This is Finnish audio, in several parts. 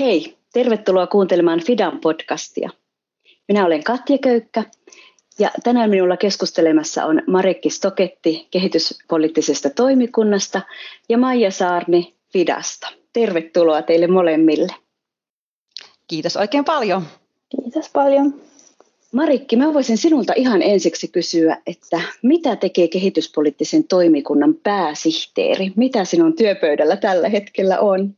Hei, tervetuloa kuuntelemaan Fidan podcastia. Minä olen Katja Köykkä ja tänään minulla keskustelemassa on Marikki Stoketti kehityspoliittisesta toimikunnasta ja Maija Saarni Fidasta. Tervetuloa teille molemmille. Kiitos oikein paljon. Kiitos paljon. Marikki, mä voisin sinulta ihan ensiksi kysyä, että mitä tekee kehityspoliittisen toimikunnan pääsihteeri? Mitä sinun työpöydällä tällä hetkellä on?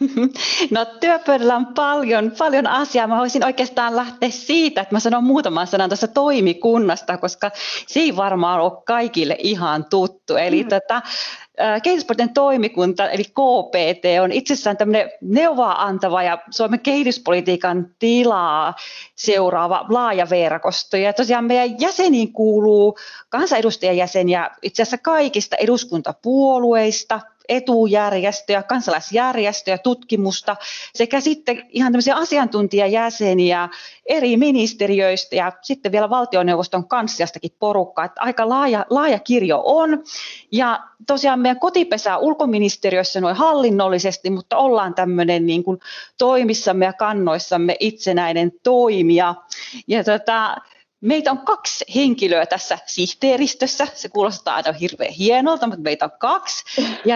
No työpöydällä on paljon asiaa. Mä voisin oikeastaan lähteä siitä, että mä sanon muutaman sanan tuossa toimikunnasta, koska se ei varmaan ole kaikille ihan tuttu. Eli kehityspoliittinen toimikunta, eli KPT, on itsessään tämmöinen neuvoa antava ja Suomen kehityspolitiikan tilaa seuraava laaja verkosto. Ja tosiaan meidän jäseniin kuuluu kansanedustajajäseniä itse asiassa kaikista eduskuntapuolueista, etujärjestöjä, kansalaisjärjestöjä, tutkimusta sekä sitten ihan tämmöisiä asiantuntijajäseniä eri ministeriöistä ja sitten vielä valtioneuvoston kansliastakin porukkaa. Että aika laaja kirjo on ja tosiaan meidän kotipesä ulkoministeriössä noin hallinnollisesti, mutta ollaan tämmöinen niin kuin toimissamme ja kannoissamme itsenäinen toimija. Ja meitä on 2 henkilöä tässä sihteeristössä. Se kuulostaa aina hirveän hienolta, mutta meitä on 2. Ja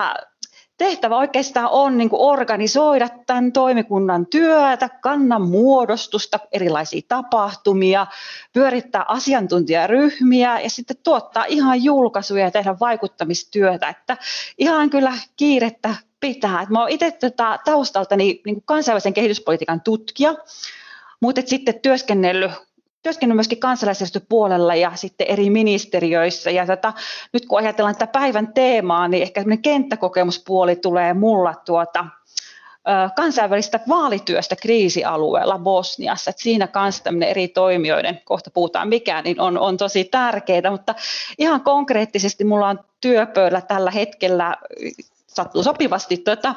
tehtävä oikeastaan on niin kuin organisoida tämän toimikunnan työtä, kannan muodostusta, erilaisia tapahtumia, pyörittää asiantuntijaryhmiä ja sitten tuottaa ihan julkaisuja ja tehdä vaikuttamistyötä. Että ihan kyllä kiirettä pitää. Mä oon itse taustaltani niin kuin kansainvälisen kehityspolitiikan tutkija, mutta sitten työskennellyt myöskin kansalaisjärjestöpuolella ja sitten eri ministeriöissä. Ja nyt kun ajatellaan tätä päivän teemaa, niin ehkä kenttäkokemuspuoli tulee mulla kansainvälistä vaalityöstä kriisialueella Bosniassa. Että siinä kanssa tämmöinen eri toimijoiden, kohta puhutaan mikä, niin on tosi tärkeää. Mutta ihan konkreettisesti mulla on työpöydällä tällä hetkellä sattuu sopivasti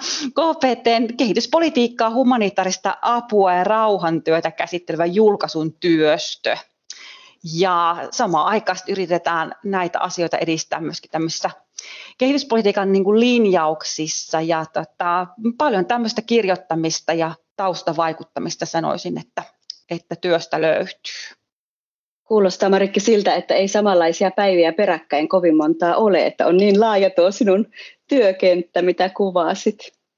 KPT:n kehityspolitiikkaa, humanitaarista apua ja rauhantyötä käsittelevä julkaisun työstö. Ja samaan aikaan yritetään näitä asioita edistää myöskin tämmöisissä kehityspolitiikan niin kuin linjauksissa ja paljon tämmöistä kirjoittamista ja taustavaikuttamista sanoisin, että työstä löytyy. Kuulostaa, Marikki, siltä, että ei samanlaisia päiviä peräkkäin kovin montaa ole, että on niin laaja tuo sinun työkenttä, mitä kuvasit.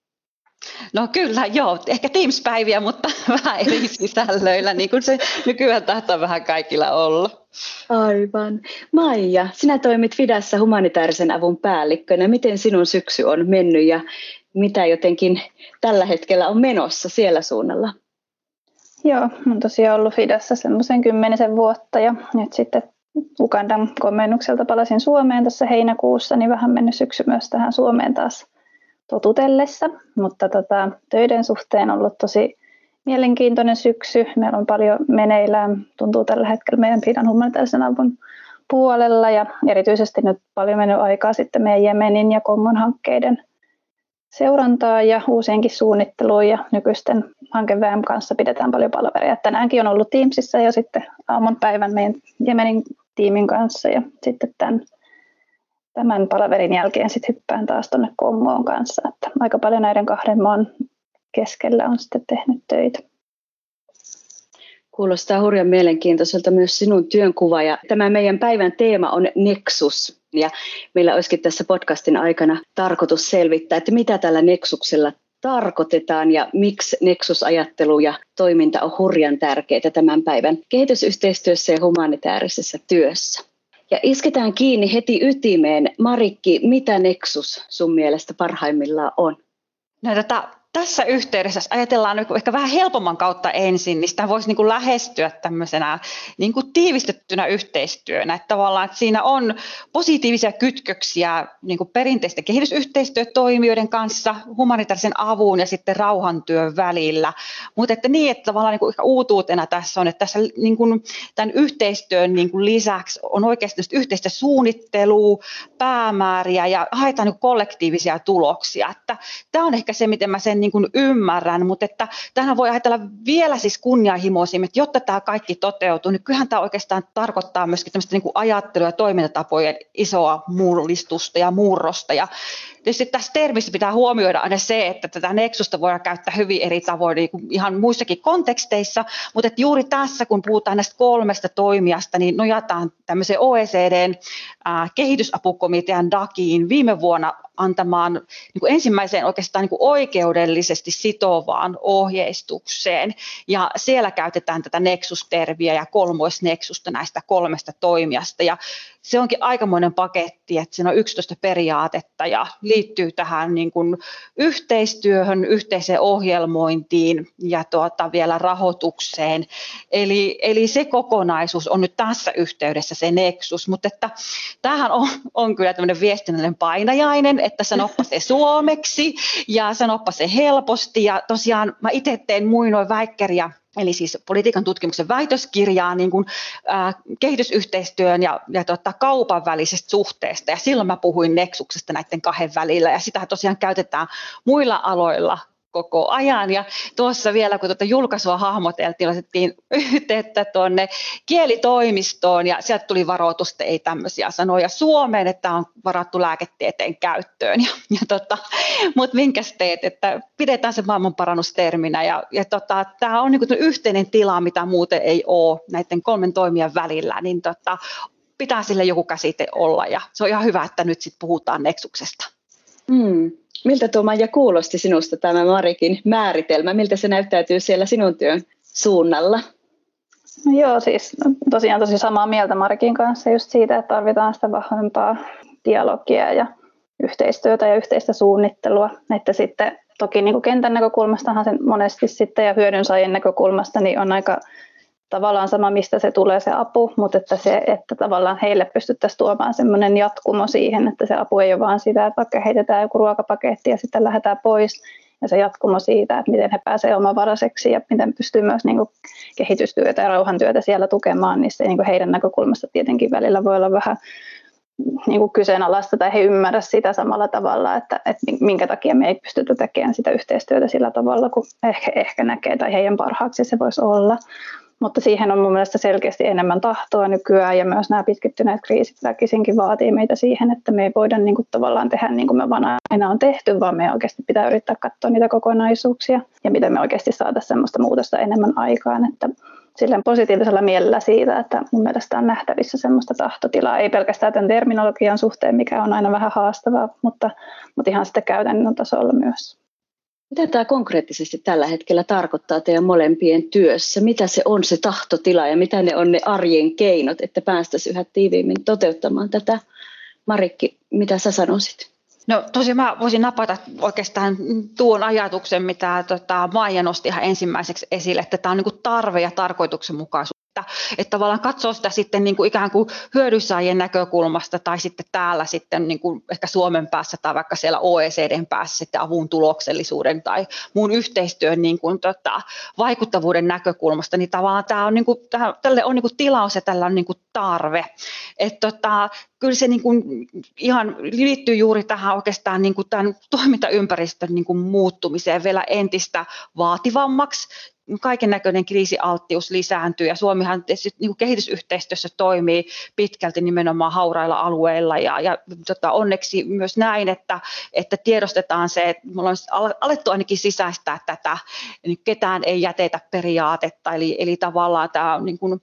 No kyllä, joo. Ehkä Teams-päiviä, mutta vähän eri sisällöillä, niin kuin se nykyään tahtoo vähän kaikilla olla. Aivan. Maija, sinä toimit Fidassa humanitaarisen avun päällikkönä. Miten sinun syksy on mennyt ja mitä jotenkin tällä hetkellä on menossa siellä suunnalla? Joo, olen tosiaan ollut Fidassa semmoisen 10 vuotta ja nyt sitten Ugandan komennukselta palasin Suomeen tässä heinäkuussa, niin vähän mennyt syksy myös tähän Suomeen taas totutellessa, mutta töiden suhteen on ollut tosi mielenkiintoinen syksy. Meillä on paljon meneillään, tuntuu tällä hetkellä meidän Fidan humanitaarisen avun puolella ja erityisesti nyt paljon mennyt aikaa sitten meidän Jemenin ja Kongon hankkeiden seurantaa ja uusienkin suunnitteluun ja nykyisten hankeväen kanssa pidetään paljon palaveria. Tänäänkin on ollut Teamsissa jo sitten aamun päivän meidän Jemenin tiimin kanssa ja sitten tämän palaverin jälkeen sitten hyppään taas tuonne Kongoon kanssa. Että aika paljon näiden 2 maan keskellä on sitten tehnyt töitä. Kuulostaa hurjan mielenkiintoiselta myös sinun työnkuva ja tämä meidän päivän teema on Nexus. Ja meillä olisikin tässä podcastin aikana tarkoitus selvittää, että mitä tällä Nexuksella tarkoitetaan ja miksi Nexus-ajattelu ja toiminta on hurjan tärkeää tämän päivän kehitysyhteistyössä ja humanitaarisessa työssä. Ja isketään kiinni heti ytimeen. Marikki, mitä Nexus sun mielestä parhaimmillaan on? No, tässä yhteydessä, jos ajatellaan ehkä vähän helpomman kautta ensin, niin sitä voisi niin kuin lähestyä tämmöisenä niin kuin tiivistettynä yhteistyönä. Että tavallaan että siinä on positiivisia kytköksiä niin kuin perinteisten kehitysyhteistyötoimijoiden kanssa, humanitaarisen avun ja sitten rauhantyön välillä. Mutta että niin, että tavallaan niin kuin ehkä uutuutena tässä on, että tässä niin kuin tämän yhteistyön niin kuin lisäksi on oikeasti yhteistä suunnittelua, päämääriä ja haetaan niin kuin kollektiivisia tuloksia. Että tämä on ehkä se, miten mä sen niin kuin ymmärrän, mutta että tähän voi ajatella vielä siis kunnianhimoisemmin, että jotta tämä kaikki toteutuu, niin kyllähän tämä oikeastaan tarkoittaa myöskin tämmöistä niin kuin ajattelua ja toimintatapojen isoa mullistusta ja murrosta. Ja tietysti tässä termissä pitää huomioida aina se, että tätä neksusta voidaan käyttää hyvin eri tavoin niin kuin ihan muissakin konteksteissa, mutta että juuri tässä, kun puhutaan näistä 3 toimijasta, niin nojataan tämmöiseen OECDn kehitysapukomitean DACiin viime vuonna antamaan niin kuin ensimmäiseen oikeastaan niin kuin oikeudellisesti sitovaan ohjeistukseen. Ja siellä käytetään tätä neksusterviä ja kolmoisneksusta näistä 3 toimijasta. Ja se onkin aikamoinen paketti, että siinä on 11 periaatetta ja liittyy tähän niin kuin yhteistyöhön, yhteiseen ohjelmointiin ja vielä rahoitukseen. Eli se kokonaisuus on nyt tässä yhteydessä se neksus, mutta että tämähän on kyllä tämmöinen viestinnällinen painajainen, että sanoppa se suomeksi ja sanoppa se helposti. Ja tosiaan mä itse tein muinoin väikkeriä, eli siis politiikan tutkimuksen väitöskirjaa niin kuin, kehitysyhteistyön ja kaupan välisestä suhteesta. Ja silloin mä puhuin neksuksesta näiden 2 välillä ja sitä tosiaan käytetään muilla aloilla koko ajan. Ja tuossa vielä, kun julkaisua hahmoteltiin, otettiin yhteyttä tuonne kielitoimistoon ja sieltä tuli varoitus, että ei tämmöisiä sanoja Suomeen, että on varattu lääketieteen käyttöön. Mutta minkäs teet, että pidetään se maailmanparannusterminä ja tämä on niinku yhteinen tila, mitä muuten ei ole näiden 3 toimijan välillä, niin pitää sille joku käsite olla ja se on ihan hyvä, että nyt sitten puhutaan neksuksesta. Miltä tuo, Maija, kuulosti sinusta tämä Marikin määritelmä? Miltä se näyttäytyy siellä sinun työn suunnalla? No joo, siis tosiaan tosi samaa mieltä Marikin kanssa just siitä, että tarvitaan sitä vahvempaa dialogia ja yhteistyötä ja yhteistä suunnittelua. Että sitten toki niin kuin kentän näkökulmastahan se monesti sitten ja hyödynsaajien näkökulmasta niin on aika tavallaan sama, mistä se tulee se apu, mutta että tavallaan heille pystyttäisiin tuomaan semmoinen jatkumo siihen, että se apu ei ole vaan sitä, että vaikka heitetään joku ruokapaketti ja sitten lähdetään pois, ja se jatkumo siitä, että miten he pääsevät omavaraiseksi ja miten pystyy myös niin kuin kehitystyötä ja rauhantyötä siellä tukemaan, niin se niin kuin heidän näkökulmasta tietenkin välillä voi olla vähän niin kuin kyseenalaista tai he ymmärrä sitä samalla tavalla, että minkä takia me ei pystytä tekemään sitä yhteistyötä sillä tavalla, kun ehkä näkee tai heidän parhaaksi se voisi olla. Mutta siihen on mun mielestä selkeästi enemmän tahtoa nykyään ja myös nämä pitkittyneet kriisit väkisinkin vaatii meitä siihen, että me ei voida niin kuin tavallaan tehdä niin kuin me vaan aina on tehty, vaan me oikeasti pitää yrittää katsoa niitä kokonaisuuksia ja miten me oikeasti saataisiin sellaista muutosta enemmän aikaan, että silleen positiivisella mielellä siitä, että mun mielestä on nähtävissä semmoista tahtotilaa, ei pelkästään tämän terminologian suhteen, mikä on aina vähän haastavaa, mutta ihan sitä käytännön tasolla myös. Mitä tämä konkreettisesti tällä hetkellä tarkoittaa teidän molempien työssä? Mitä se on se tahtotila ja mitä ne on ne arjen keinot, että päästäisiin yhä tiiviimmin toteuttamaan tätä? Marikki, mitä sä sanoisit? No tosiaan mä voisin napata oikeastaan tuon ajatuksen, mitä Maija nosti ihan ensimmäiseksi esille, että tämä on niin kuin tarve ja tarkoituksenmukaisuus. Että tavallaan katsoo sitä sitten niin kuin ikään kuin hyödynsaajien näkökulmasta tai sitten täällä sitten niin kuin ehkä Suomen päässä tai vaikka siellä OECDn päässä sitten avun tuloksellisuuden tai muun yhteistyön niin kuin vaikuttavuuden näkökulmasta, niin tavallaan tämä on niin kuin, tälle on niin kuin tilaus ja tällä on niin kuin tarve. Että kyllä se niin kuin ihan liittyy juuri tähän oikeastaan niin kuin tämän toimintaympäristön niin kuin muuttumiseen vielä entistä vaativammaksi. Kaiken näköinen kriisialttius lisääntyy ja Suomihan niin kuin kehitysyhteistyössä toimii pitkälti nimenomaan haurailla alueilla ja onneksi myös näin, että tiedostetaan se, että me ollaan alettu ainakin sisäistää tätä, niin ketään ei jätetä periaatetta, eli tavallaan tämä niin kuin,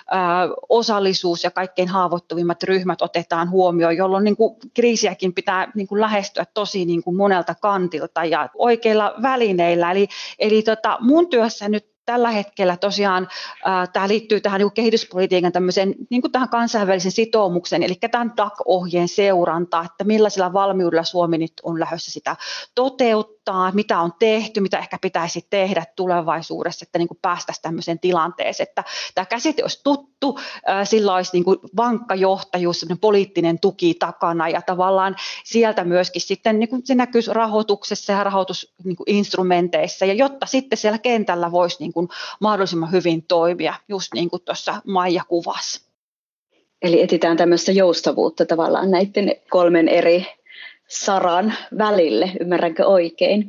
osallisuus ja kaikkein haavoittuvimmat ryhmät otetaan huomioon, jolloin niin kuin kriisiäkin pitää niin kuin lähestyä tosi niin kuin monelta kantilta ja oikeilla välineillä, eli mun työssä nyt tällä hetkellä tosiaan tämä liittyy tähän niin kehityspolitiikan tämmöiseen niin kuin tähän kansainvälisen sitoumuksen, eli tämän DAC-ohjeen seuranta, että millaisella valmiudella Suomi nyt on lähdössä sitä toteuttaa, mitä on tehty, mitä ehkä pitäisi tehdä tulevaisuudessa, että niin kuin päästäisiin tämmöiseen tilanteeseen, että tämä käsite olisi tuttu, sillä olisi niin kuin vankka johtajuus, poliittinen tuki takana ja tavallaan sieltä myöskin sitten niin kuin se näkyisi rahoituksessa ja rahoitusinstrumenteissa ja jotta sitten siellä kentällä voisi niin kuin mahdollisimman hyvin toimia, just niin kuin tuossa Maija kuvasi. Eli etsitään tämmöistä joustavuutta tavallaan näiden 3 eri saran välille, ymmärränkö oikein?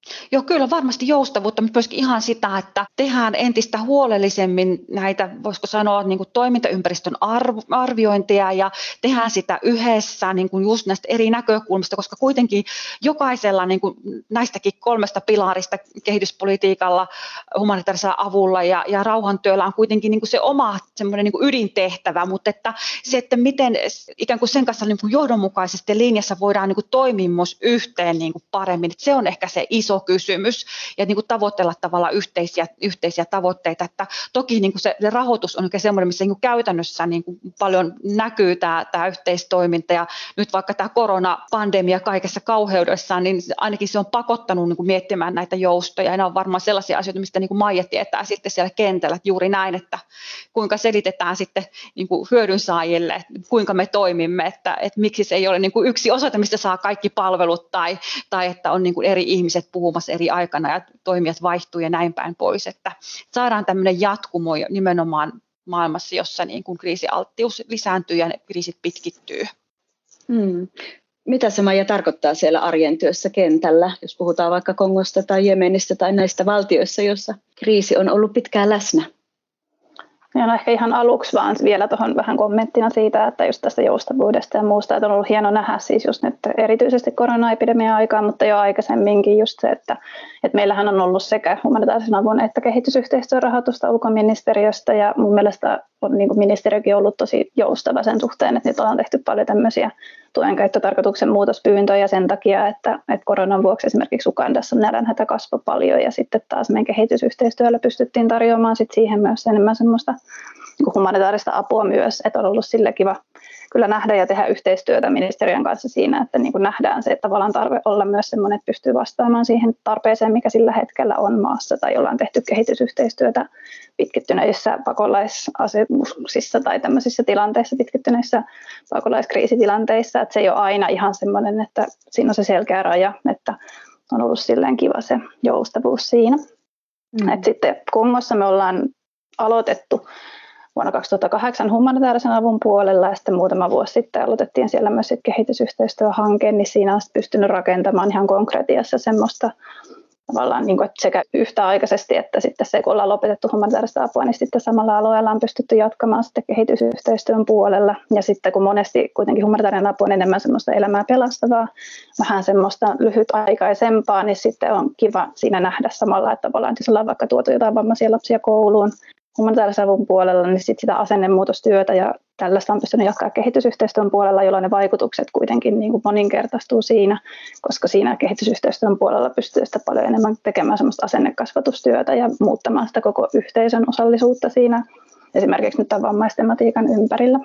Joo, kyllä varmasti joustavuutta, mutta myöskin ihan sitä, että tehdään entistä huolellisemmin näitä, voisiko sanoa, niin kuin toimintaympäristön arviointia ja tehdään sitä yhdessä niin kuin just näistä eri näkökulmista, koska kuitenkin jokaisella niin kuin näistäkin 3 pilarista kehityspolitiikalla, humanitaarisella avulla ja rauhantyöllä on kuitenkin niin kuin se oma semmoinen niin kuin ydintehtävä, mutta että se, että miten ikään kuin sen kanssa niin kuin johdonmukaisesti linjassa voidaan niin kuin toimia myös yhteen niin kuin paremmin, että se on ehkä se iso kysymys ja niin kuin tavoitella tavallaan yhteisiä tavoitteita, että toki niin kuin se rahoitus on semmoinen, missä niin kuin käytännössä niin kuin paljon näkyy tämä yhteistoiminta ja nyt vaikka tämä koronapandemia kaikessa kauheudessaan, niin ainakin se on pakottanut niin kuin miettimään näitä joustoja ja ne on varmaan sellaisia asioita, mistä niin kuin Maija tietää sitten siellä kentällä, että juuri näin, että kuinka selitetään sitten niin kuin hyödynsaajille, että kuinka me toimimme, että miksi se ei ole niin kuin yksi osoite, mistä saa kaikki palvelut tai että on niin kuin eri ihmiset puhumassa eri aikana ja toimijat vaihtuu ja näin päin pois, että saadaan tämmöinen jatkumo nimenomaan maailmassa, jossa niin kuin kriisialttius lisääntyy ja kriisit pitkittyy. Mitä se, Maija, tarkoittaa siellä arjen työssä kentällä, jos puhutaan vaikka Kongosta tai Jemenistä tai näistä valtioissa, joissa kriisi on ollut pitkään läsnä? Ja no ehkä ihan aluksi vaan vielä tuohon vähän kommenttina siitä, että just tästä joustavuudesta ja muusta, että on ollut hieno nähdä siis just nyt erityisesti koronaepidemian aikaan, mutta jo aikaisemminkin just se, että meillähän on ollut sekä humanitaarisen avun että kehitysyhteistyön rahoitusta ulkoministeriöstä ja mun mielestä on niin kuin ministeriökin ollut tosi joustava sen suhteen, että nyt ollaan tehty paljon tämmöisiä tuen käyttötarkoituksen muutospyyntöjä sen takia, että koronan vuoksi esimerkiksi Ugandassa nälänhätä kasvoi paljon ja sitten taas meidän kehitysyhteistyöllä pystyttiin tarjoamaan sit siihen myös enemmän semmoista niin kuin humanitaarista apua myös, että on ollut sille kiva kyllä nähdä ja tehdä yhteistyötä ministeriön kanssa siinä, että niin kuin nähdään se tavallaan tarve olla myös semmoinen, että pystyy vastaamaan siihen tarpeeseen, mikä sillä hetkellä on maassa tai ollaan tehty kehitysyhteistyötä pitkittyneissä pakolaisasemuksissa tai tämmöisissä tilanteissa, pitkittyneissä pakolaiskriisitilanteissa, että se ei ole aina ihan semmoinen, että siinä on se selkeä raja, että on ollut silleen kiva se joustavuus siinä. Et sitten Kongossa me ollaan aloitettu vuonna 2008 humanitaarisen avun puolella ja sitten muutama vuosi sitten aloitettiin siellä myös kehitysyhteistyöhanke, niin siinä on pystynyt rakentamaan ihan konkretiassa semmoista tavallaan niin kuin, että sekä yhtäaikaisesti, että sitten se, kun ollaan lopetettu humanitaarista apua, niin sitten samalla alueella on pystytty jatkamaan sitten kehitysyhteistyön puolella. Ja sitten kun monesti kuitenkin humanitaarinen apu on enemmän semmoista elämää pelastavaa, vähän semmoista lyhytaikaisempaa, niin sitten on kiva siinä nähdä samalla, että tavallaan jos ollaan vaikka tuotu jotain vammaisia lapsia kouluun, humanitaarisen avun puolella, niin sit sitä asennemuutostyötä ja tällaista on pystynyt jatkaa kehitysyhteistyön puolella, jolloin ne vaikutukset kuitenkin niin kuin moninkertaistuu siinä, koska siinä kehitysyhteistyön puolella pystyy sitä paljon enemmän tekemään semmoista asennekasvatustyötä ja muuttamaan sitä koko yhteisön osallisuutta siinä, esimerkiksi nyt tämän vammaistematiikan ympärillä.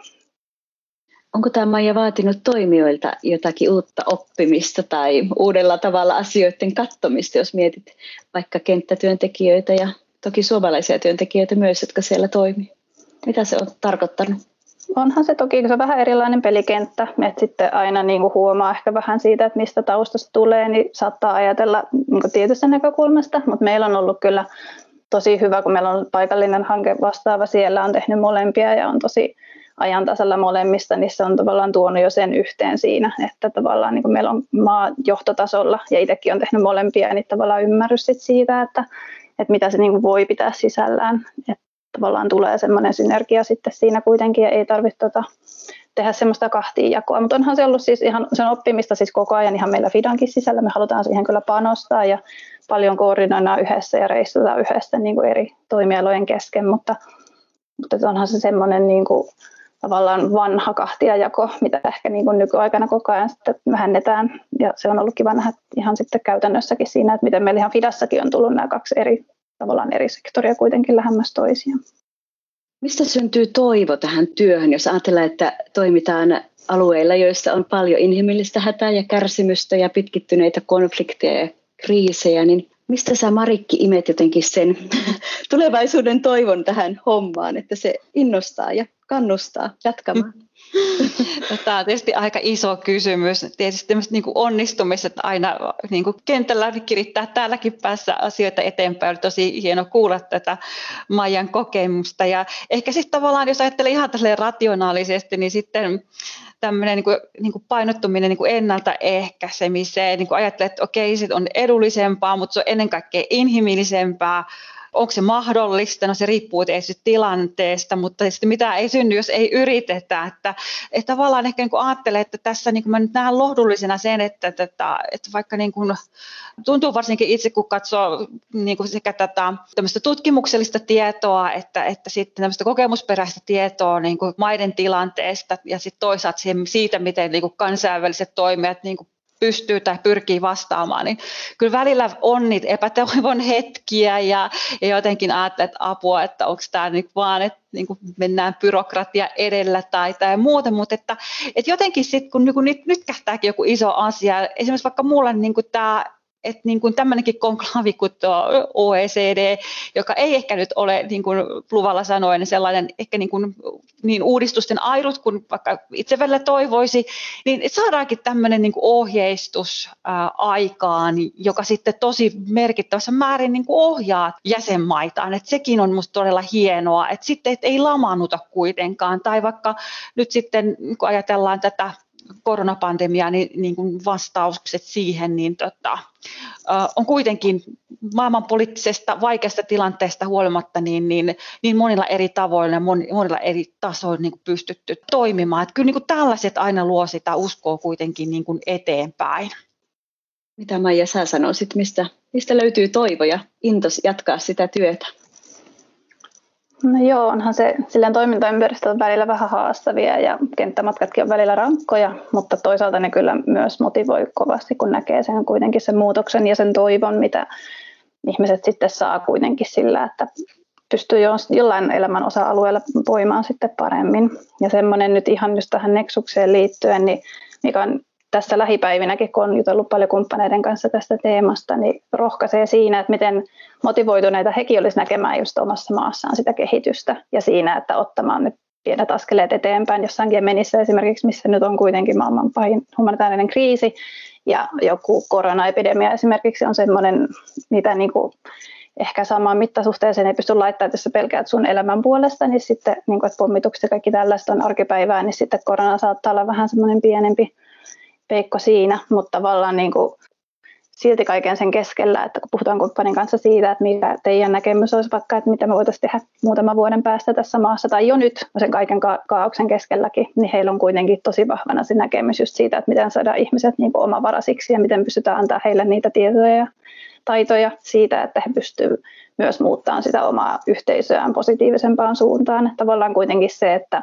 Onko tämä, Maija, vaatinut toimijoilta jotakin uutta oppimista tai uudella tavalla asioiden katsomista, jos mietit vaikka kenttätyöntekijöitä ja toki suomalaisia työntekijöitä myös, jotka siellä toimii? Mitä se on tarkoittanut? Onhan se toki, se on vähän erilainen pelikenttä, että sitten aina niin kuin huomaa ehkä vähän siitä, että mistä taustasta tulee, niin saattaa ajatella niin kuin tietystä näkökulmasta, mutta meillä on ollut kyllä tosi hyvä, kun meillä on paikallinen hanke vastaava, siellä on tehnyt molempia ja on tosi ajan tasalla molemmista, niin se on tavallaan tuonut jo sen yhteen siinä, että tavallaan niin kuin meillä on maajohtotasolla ja itsekin on tehnyt molempia, niin tavallaan ymmärrys siitä, että mitä se niin kuin voi pitää sisällään, että tavallaan tulee semmoinen synergia sitten siinä kuitenkin ja ei tarvitse tehdä semmoista kahtiinjakoa, mutta onhan se ollut siis ihan sen oppimista siis koko ajan ihan meillä Fidankin sisällä, me halutaan siihen kyllä panostaa ja paljon koordinoidaan yhdessä ja reissutaan yhdessä niin kuin eri toimialojen kesken, mutta onhan se semmoinen niin kuin tavallaan vanha kahtiajako, mitä ehkä niin kuin nykyaikana koko ajan sitten vähennetään ja se on ollut kiva nähdä ihan sitten käytännössäkin siinä, että miten meillä ihan Fidassakin on tullut nämä kaksi tavallaan eri sektoria kuitenkin lähemmäs toisiaan. Mistä syntyy toivo tähän työhön, jos ajatellaan, että toimitaan alueilla, joissa on paljon inhimillistä hätää ja kärsimystä ja pitkittyneitä konflikteja ja kriisejä, niin mistä sä, Marikki, imet jotenkin sen tulevaisuuden toivon tähän hommaan, että se innostaa ja kannustaa jatkamaan? Tämä on tietysti aika iso kysymys. Tietysti tämmöiset niin kuin onnistumiset aina niin kuin kentällä kirittää täälläkin päässä asioita eteenpäin. Oli tosi hieno kuulla tätä Maijan kokemusta. Ja ehkä sitten tavallaan, jos ajattelee ihan rationaalisesti, niin sitten tämmöinen niin kuin painottuminen niin kuin ennaltaehkäisemiseen, niin kuin ajattelee, että okei, se on edullisempaa, mutta se on ennen kaikkea inhimillisempää. Onko se mahdollista? No se riippuu tietysti tilanteesta, mutta sitten mitä ei synny, jos ei yritetä. Että tavallaan ehkä niin kuin ajattelee, että tässä niin kuin mä nyt näen lohdullisena sen, että vaikka niin kuin, tuntuu varsinkin itse, kun katsoo niin kuin sekä tätä tämmöistä tutkimuksellista tietoa, että sitten tämmöistä kokemusperäistä tietoa niin kuin maiden tilanteesta ja sitten toisaalta siitä, miten niin kuin kansainväliset toimijat niin kuin pystyy tai pyrkii vastaamaan, niin kyllä välillä on niitä epätoivon hetkiä ja jotenkin ajattelee, että apua, että onko tämä nyt vaan, että niin kuin mennään byrokratia edellä tai muuta, mutta että jotenkin sitten, kun nyt kähtääkin joku iso asia, esimerkiksi vaikka mulla niin kuin tämä, että niin kuin tämmöinenkin konklaavi kuin tuo OECD, joka ei ehkä nyt ole niin kuin luvalla sanoen sellainen ehkä niin uudistusten airut kuin vaikka itse välillä toivoisi, niin saadaankin tämmöinen niin kuin ohjeistus aikaan, joka sitten tosi merkittävässä määrin niin kuin ohjaa jäsenmaitaan. Että sekin on musta todella hienoa, että sitten et ei lamaannuta kuitenkaan. Tai vaikka nyt sitten, kun ajatellaan tätä koronapandemiaa, niin kuin vastaukset siihen, niin on kuitenkin maailmanpoliittisesta vaikeasta tilanteesta huolimatta niin monilla eri tavoilla ja monilla eri tasoilla niin kuin pystytty toimimaan. Että kyllä niin kuin tällaiset aina luo sitä uskoa kuitenkin niin kuin eteenpäin. Mitä Maija sä sanoisit, mistä löytyy toivo ja intos jatkaa sitä työtä? No joo, onhan se silleen toimintaympäristö on välillä vähän haastavia ja kenttämatkatkin on välillä rankkoja, mutta toisaalta ne kyllä myös motivoi kovasti, kun näkee sen kuitenkin sen muutoksen ja sen toivon, mitä ihmiset sitten saa kuitenkin sillä, että pystyy jollain elämän osa-alueella voimaan sitten paremmin. Ja semmoinen nyt ihan just tähän Nexukseen liittyen, niin mikä on tässä lähipäivinäkin, kun on jutellut paljon kumppaneiden kanssa tästä teemasta, niin rohkaisee siinä, että miten motivoituneita hekin olisi näkemään just omassa maassaan sitä kehitystä ja siinä, että ottamaan nyt pienet askeleet eteenpäin jossain Jemenissä esimerkiksi, missä nyt on kuitenkin maailman pahin humanitaarinen kriisi ja joku koronaepidemia esimerkiksi on semmoinen, mitä niin kuin ehkä samaan mittasuhteeseen ei pysty laittamaan, että jos sä pelkäät sun elämän puolesta, niin sitten niin kuin, että pommitukset ja kaikki tällaista on arkipäivää, niin sitten korona saattaa olla vähän semmoinen pienempi peikko siinä, mutta tavallaan niin kuin silti kaiken sen keskellä, että kun puhutaan kumppanin kanssa siitä, että mikä teidän näkemys olisi vaikka, että mitä me voitaisiin tehdä muutaman vuoden päästä tässä maassa, tai jo nyt sen kaiken kaaoksen keskelläkin, niin heillä on kuitenkin tosi vahvana se näkemys just siitä, että miten saadaan ihmiset niin kuin omavaraisiksi ja miten pystytään antaa heille niitä tietoja ja taitoja siitä, että he pystyvät myös muuttamaan sitä omaa yhteisöään positiivisempaan suuntaan. Että tavallaan kuitenkin se, että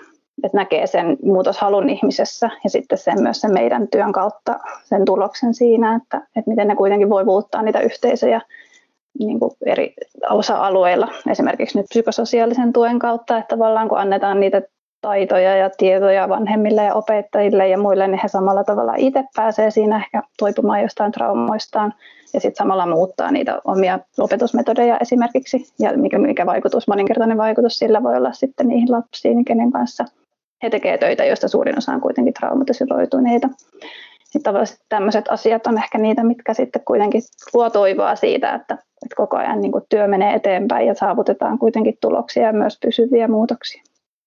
näkee sen muutoshalun ihmisessä ja sitten myös sen meidän työn kautta sen tuloksen siinä, että miten ne kuitenkin voi muuttaa niitä yhteisöjä niin kuin eri osa-alueilla, esimerkiksi nyt psykososiaalisen tuen kautta, että tavallaan kun annetaan niitä taitoja ja tietoja vanhemmille ja opettajille ja muille, niin he samalla tavalla itse pääsee siinä ehkä toipumaan jostain traumoistaan ja sitten samalla muuttaa niitä omia opetusmetodeja esimerkiksi ja mikä vaikutus, moninkertainen vaikutus sillä voi olla sitten niihin lapsiin, kenen kanssa he tekevät töitä, joista suurin osa on kuitenkin traumatisoituneita. Sitten tavallaan tämmöiset asiat on ehkä niitä, mitkä sitten kuitenkin luo toivoa siitä, että koko ajan niin kuin työ menee eteenpäin ja saavutetaan kuitenkin tuloksia ja myös pysyviä muutoksia.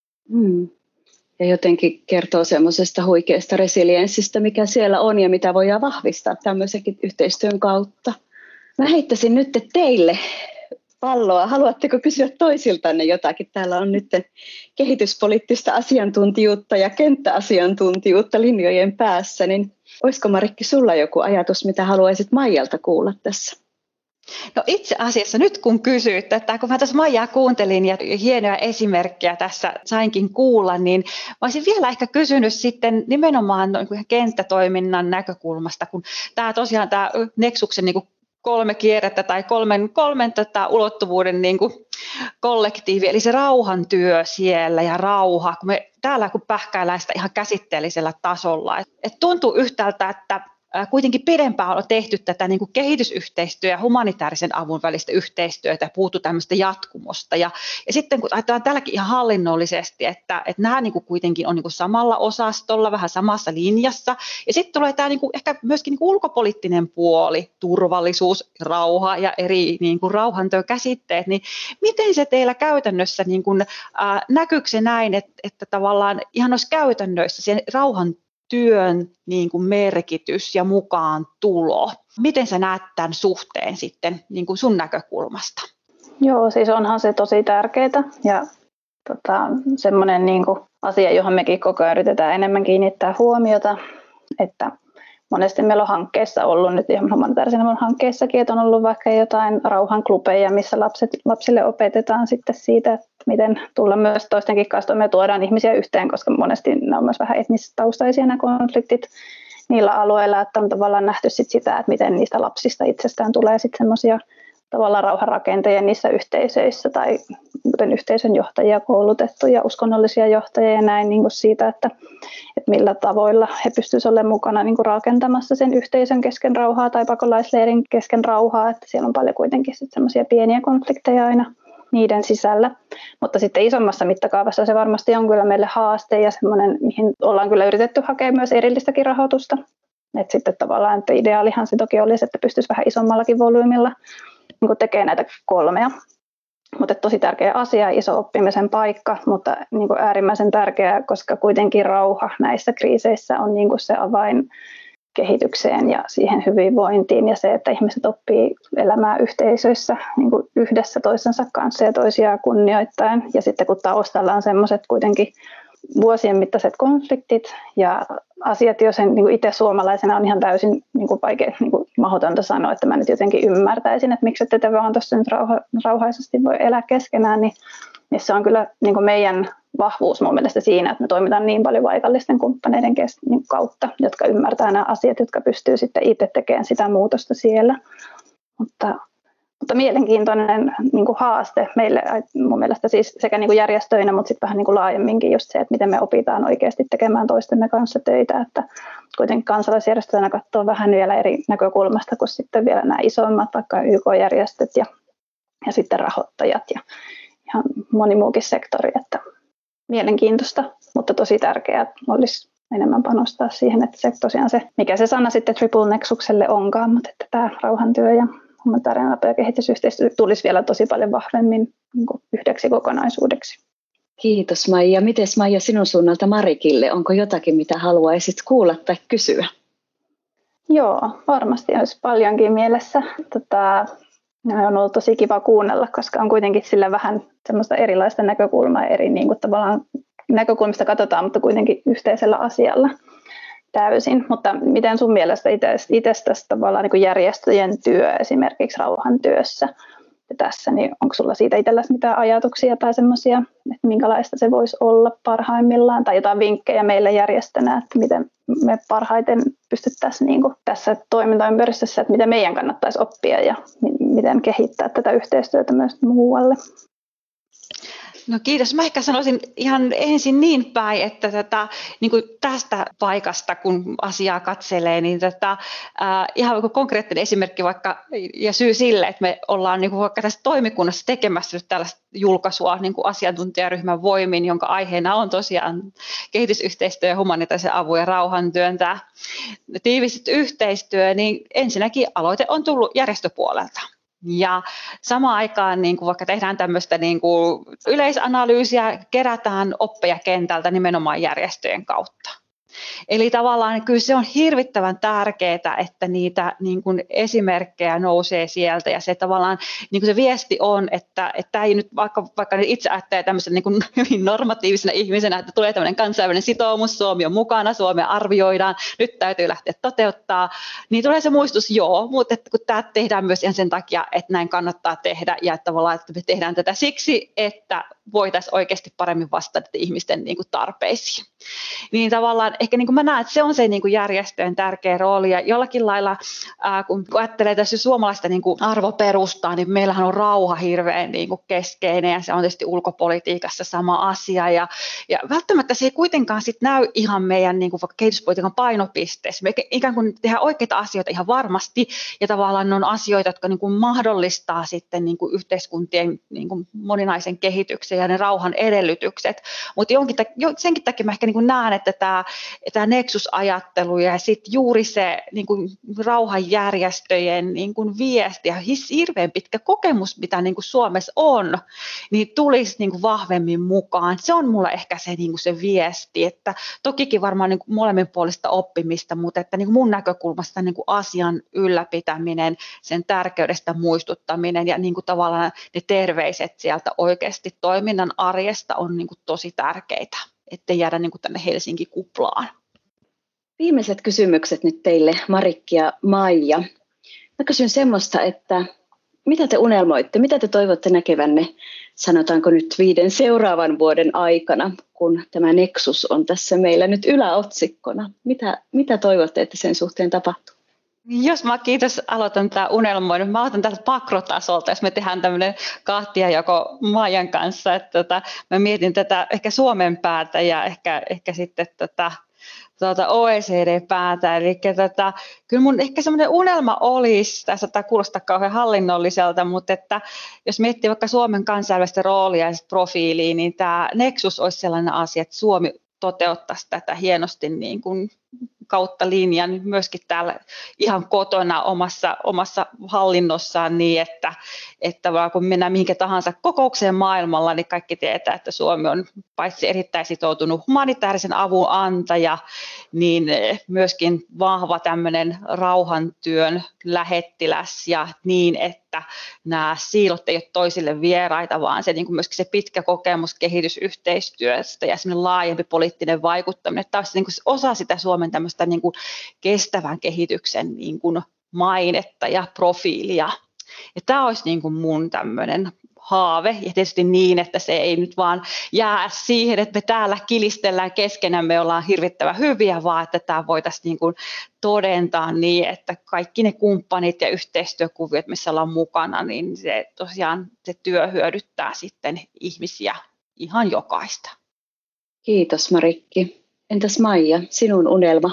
Ja jotenkin kertoo semmoisesta huikeasta resilienssistä, mikä siellä on ja mitä voidaan vahvistaa tämmöisenkin yhteistyön kautta. Mä heittäisin nyt teille palloa. Haluatteko kysyä toisiltanne jotakin? Täällä on nyt kehityspoliittista asiantuntijuutta ja kenttäasiantuntijuutta linjojen päässä. Niin olisiko Marikki sulla joku ajatus, mitä haluaisit Maijalta kuulla tässä? No itse asiassa nyt kun kysyit, että kun mä tässä Maijaa kuuntelin ja hienoja esimerkkejä tässä sainkin kuulla, niin mä olisin vielä ehkä kysynyt sitten nimenomaan kenttätoiminnan näkökulmasta, kun tämä tosiaan tämä Nexuksen niin kuin 3 kierrettä tai kolmen ulottuvuuden niin kuin kollektiivi, eli se rauhantyö siellä ja rauha, kun me täällä kun pähkäillään sitä ihan käsitteellisellä tasolla. Et tuntuu yhtäältä, että kuitenkin pidempään on tehty tätä niin kuin kehitysyhteistyö ja humanitaarisen avun välistä yhteistyötä ja puhuttu tämmöistä jatkumosta. Ja sitten kun ajatellaan tälläkin ihan hallinnollisesti, että nämä niin kuin kuitenkin on niin kuin samalla osastolla, vähän samassa linjassa. Ja sitten tulee tämä niin kuin ehkä myöskin niin kuin ulkopoliittinen puoli, turvallisuus, rauha ja eri niin kuin rauhantyökäsitteet. Niin miten se teillä käytännössä niin kuin, näkyykö se näin, että tavallaan ihan noissa käytännöissä sen rauhantyön niin kuin merkitys ja mukaan tulo? Miten sä näet tämän suhteen sitten niin kuin sun näkökulmasta? Joo, siis onhan se tosi tärkeää ja semmoinen niin kuin asia, johon mekin koko ajan yritetään enemmän kiinnittää huomiota, että monesti meillä on hankkeissa ollut nyt ihan humanitaarisen avun hankkeissakin, että on ollut vaikka jotain rauhanklubeja, missä lapsille opetetaan sitten siitä, että miten tulla myös toistenkin kanssa toimeen, tuodaan ihmisiä yhteen, koska monesti ne on myös vähän etnistaustaisia nämä konfliktit niillä alueilla, että on tavallaan nähty sitä, että miten niistä lapsista itsestään tulee sitten semmoisia tavallaan rauhanrakentajia niissä yhteisöissä tai kuten yhteisön johtajia koulutettu ja uskonnollisia johtajia ja näin niin kuin siitä, että millä tavoilla he pystyisivät olemaan mukana niin kuin rakentamassa sen yhteisön kesken rauhaa tai pakolaisleirin kesken rauhaa, että siellä on paljon kuitenkin semmoisia pieniä konflikteja aina niiden sisällä, mutta sitten isommassa mittakaavassa se varmasti on kyllä meille haaste ja semmoinen, mihin ollaan kyllä yritetty hakea myös erillistäkin rahoitusta, että sitten tavallaan, että ideaalihan se toki olisi, että pystyisi vähän isommallakin volyymilla niin tekee näitä kolmea. Mutta tosi tärkeä asia, iso oppimisen paikka, mutta niin kuin äärimmäisen tärkeää, koska kuitenkin rauha näissä kriiseissä on niin kuin se avain kehitykseen ja siihen hyvinvointiin ja se, että ihmiset oppii elämään yhteisöissä niin kuin yhdessä toisensa kanssa ja toisiaan kunnioittaen. Ja sitten kun taustalla on semmoiset kuitenkin vuosien mittaiset konfliktit ja asiat, joissa niin itse suomalaisena on ihan täysin niin kuin vaikea, niin kuin mahdotonta sanoa, että mä nyt jotenkin ymmärtäisin, että miksi ette vaan tuossa nyt rauhaisesti voi elää keskenään, niin se on kyllä niin kuin meidän vahvuus mun mielestä siinä, että me toimitaan niin paljon paikallisten kumppaneiden kautta, jotka ymmärtää nämä asiat, jotka pystyy sitten itse tekemään sitä muutosta siellä. Mutta mielenkiintoinen niin kuin haaste meille mun mielestä siis sekä niin kuin järjestöinä, mutta sitten vähän niin kuin laajemminkin just se, että miten me opitaan oikeasti tekemään toistemme kanssa töitä, että kuitenkin kansalaisjärjestöinä katsoo vähän vielä eri näkökulmasta kuin sitten vielä nämä isommat, vaikka YK-järjestöt ja sitten rahoittajat ja ihan moni muukin sektori, että mielenkiintoista, mutta tosi tärkeää olisi enemmän panostaa siihen, että se tosiaan se, mikä se sana sitten Triple Nexukselle onkaan, mutta että tämä rauhantyö ja humanitaarinen apu ja kehitysyhteistyö tulisi vielä tosi paljon vahvemmin niin kuin yhdeksi kokonaisuudeksi. Kiitos Maija. Mites Maija sinun suunnalta Marikille? Onko jotakin, mitä haluaisit kuulla tai kysyä? Joo, varmasti olisi paljonkin mielessä. On ollut tosi kiva kuunnella, koska on kuitenkin sillä vähän semmoista erilaista näkökulmaa eri niin kuin tavallaan näkökulmista katsotaan, mutta kuitenkin yhteisellä asialla täysin. Mutta miten sun mielestä itsestäsi tavallaan niin kuin järjestöjen työ esimerkiksi rauhantyössä ja tässä, niin onko sulla siitä itselläsi mitään ajatuksia tai semmoisia, että minkälaista se voisi olla parhaimmillaan tai jotain vinkkejä meille järjestönä, että miten me parhaiten pystyttäisiin niin kuin tässä toimintaympäristössä, että mitä meidän kannattaisi oppia ja miten kehittää tätä yhteistyötä myös muualle? No kiitos. Mä ehkä sanoisin ihan ensin niin päin, että niin kuin tästä paikasta, kun asiaa katselee, niin ihan konkreettinen esimerkki vaikka ja syy sille, että me ollaan niin kuin vaikka tässä toimikunnassa tekemässä nyt tällaista julkaisua niin kuin asiantuntijaryhmän voimin, jonka aiheena on tosiaan kehitysyhteistyö ja humanitaarisen avun ja rauhantyön tämä tiivis yhteistyö, niin ensinnäkin aloite on tullut järjestöpuolelta. Ja samaan aikaan, niin kuin vaikka tehdään tämmöistä niin kuin yleisanalyysiä, kerätään oppeja kentältä nimenomaan järjestöjen kautta. Eli tavallaan kyllä se on hirvittävän tärkeää, että niitä niin kuin esimerkkejä nousee sieltä ja se tavallaan niin kuin se viesti on, että ei nyt vaikka itse ajattelee tämmöisen niin kuin hyvin normatiivisena ihmisenä, että tulee tämmöinen kansainvälinen sitoumus, Suomi on mukana, Suomea arvioidaan, nyt täytyy lähteä toteuttaa, niin tulee se muistus, mutta että kun tämä tehdään myös ihan sen takia, että näin kannattaa tehdä ja että tavallaan, että me tehdään tätä siksi, että voitaisiin oikeasti paremmin vastata ihmisten niin kuin tarpeisiin. Niin tavallaan ehkä niin kuin mä näen, että se on se niin kuin järjestöjen tärkeä rooli ja jollakin lailla, kun ajattelee tässä suomalaista niin kuin arvoperustaa, niin meillähän on rauha hirveän niin kuin keskeinen ja se on tietysti ulkopolitiikassa sama asia ja välttämättä se ei kuitenkaan sit näy ihan meidän niin kuin vaikka kehityspolitiikan painopisteessä. Me ikään kuin tehdään oikeita asioita ihan varmasti ja tavallaan ne on asioita, jotka niin kuin mahdollistaa sitten niin kuin yhteiskuntien niin kuin moninaisen kehityksen ja ne rauhan edellytykset, mutta senkin takia mä ehkä niin kuin näen, että tämä Nexus-ajattelu ja sitten juuri se niin kuin rauhanjärjestöjen niin kuin viesti ja hirveän pitkä kokemus, mitä niin kuin Suomessa on, niin tulisi niin kuin vahvemmin mukaan. Se on mulla ehkä se, niin kuin se viesti, että tokikin varmaan niin kuin molemminpuolista oppimista, mutta että niin kuin mun näkökulmasta niin kuin asian ylläpitäminen, sen tärkeydestä muistuttaminen ja niin kuin tavallaan ne terveiset sieltä oikeasti toiminnan arjesta on niin kuin tosi tärkeitä, ettei jäädä niin kuin tänne Helsinki-kuplaan. Viimeiset kysymykset nyt teille, Marikki ja Maija. Mä kysyn semmoista, että mitä te unelmoitte, mitä te toivotte näkevänne, sanotaanko nyt 5 seuraavan vuoden aikana, kun tämä Nexus on tässä meillä nyt yläotsikkona. Mitä toivotte, että sen suhteen tapahtuu? Jos mä aloitan tämä unelmoinut, mä aloitan tältä makrotasolta, jos me tehdään tämmöinen kahtiajako Maijan kanssa, että mä mietin tätä ehkä Suomen päätä ja ehkä sitten OECD-päätä, eli kyllä mun ehkä semmoinen unelma olisi, tässä tämä kuulostaa kauhean hallinnolliselta, mutta että jos miettii vaikka Suomen kansainvälistä roolia ja profiiliä, niin tämä Nexus olisi sellainen asia, että Suomi toteuttaisi tätä hienosti niin kuin kautta linjan myöskin täällä ihan kotona omassa hallinnossaan niin, että kun mennään mihinkä tahansa kokoukseen maailmalla, niin kaikki tietää, että Suomi on paitsi erittäin sitoutunut humanitaarisen avun antaja, niin myöskin vahva tämmöinen rauhantyön lähettiläs ja niin, että nämä siilot ei ole toisille vieraita, vaan se niin kuin myöskin se pitkä kokemus kehitysyhteistyöstä ja semmoinen laajempi poliittinen vaikuttaminen. Tämä olisi niin kuin osa sitä Suomen tämmöistä niin kuin kestävän kehityksen niin kuin mainetta ja profiilia. Ja tämä olisi niin kuin mun tämmöinen haave, ja tietysti niin, että se ei nyt vaan jää siihen, että me täällä kilistellään keskenämme, ollaan hirvittävän hyviä, vaan että tämä voitaisiin niin kuin todentaa niin, että kaikki ne kumppanit ja yhteistyökuviot, missä ollaan mukana, niin se tosiaan se työ hyödyttää sitten ihmisiä ihan jokaista. Kiitos Marikki. Entäs Maija, sinun unelma?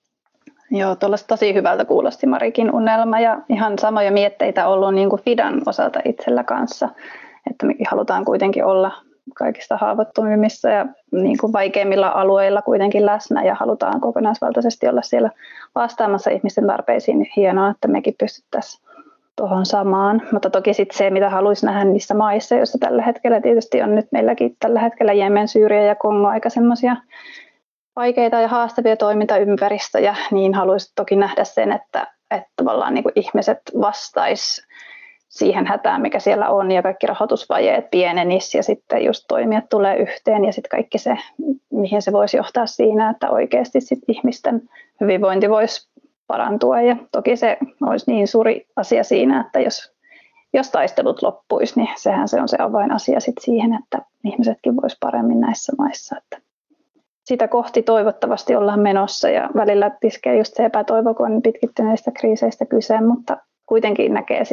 Joo, tuollaista tosi hyvältä kuulosti Marikin unelma ja ihan samoja mietteitä ollut niin kuin Fidan osalta itsellä kanssa, että me halutaan kuitenkin olla kaikista haavoittuvimmissa ja niin kuin vaikeimmilla alueilla kuitenkin läsnä ja halutaan kokonaisvaltaisesti olla siellä vastaamassa ihmisten tarpeisiin. Niin hienoa, että mekin pystyttäisiin tuohon samaan, mutta toki sitten se, mitä haluaisi nähdä niissä maissa, joissa tällä hetkellä tietysti on nyt meilläkin tällä hetkellä Jemen, Syyria ja Kongo aika semmoisia vaikeita ja haastavia toimintaympäristöjä, niin haluaisin toki nähdä sen, että tavallaan niin kuin ihmiset vastaisi siihen hätään, mikä siellä on, ja kaikki rahoitusvajeet pienenis, ja sitten just toimijat tulee yhteen, ja sitten kaikki se, mihin se voisi johtaa siinä, että oikeasti sitten ihmisten hyvinvointi voisi parantua, ja toki se olisi niin suuri asia siinä, että jos taistelut loppuisi, niin sehän se on se avainasia sitten siihen, että ihmisetkin vois paremmin näissä maissa, että sitä kohti toivottavasti ollaan menossa ja välillä iskee just se epätoivo, kun on pitkittyneistä kriiseistä kyse, mutta kuitenkin näkee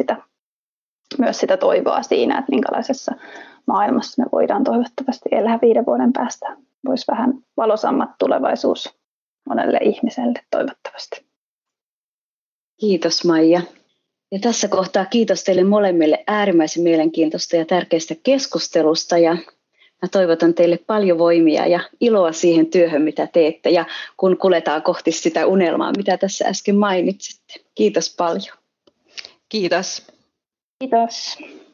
myös sitä toivoa siinä, että minkälaisessa maailmassa me voidaan toivottavasti elää 5 vuoden päästä. Voisi vähän valoisammat tulevaisuus monelle ihmiselle toivottavasti. Kiitos Maija. Ja tässä kohtaa kiitos teille molemmille äärimmäisen mielenkiintoista ja tärkeästä keskustelusta ja mä toivotan teille paljon voimia ja iloa siihen työhön, mitä teette ja kun kuljetaan kohti sitä unelmaa, mitä tässä äsken mainitsitte. Kiitos paljon. Kiitos. Kiitos.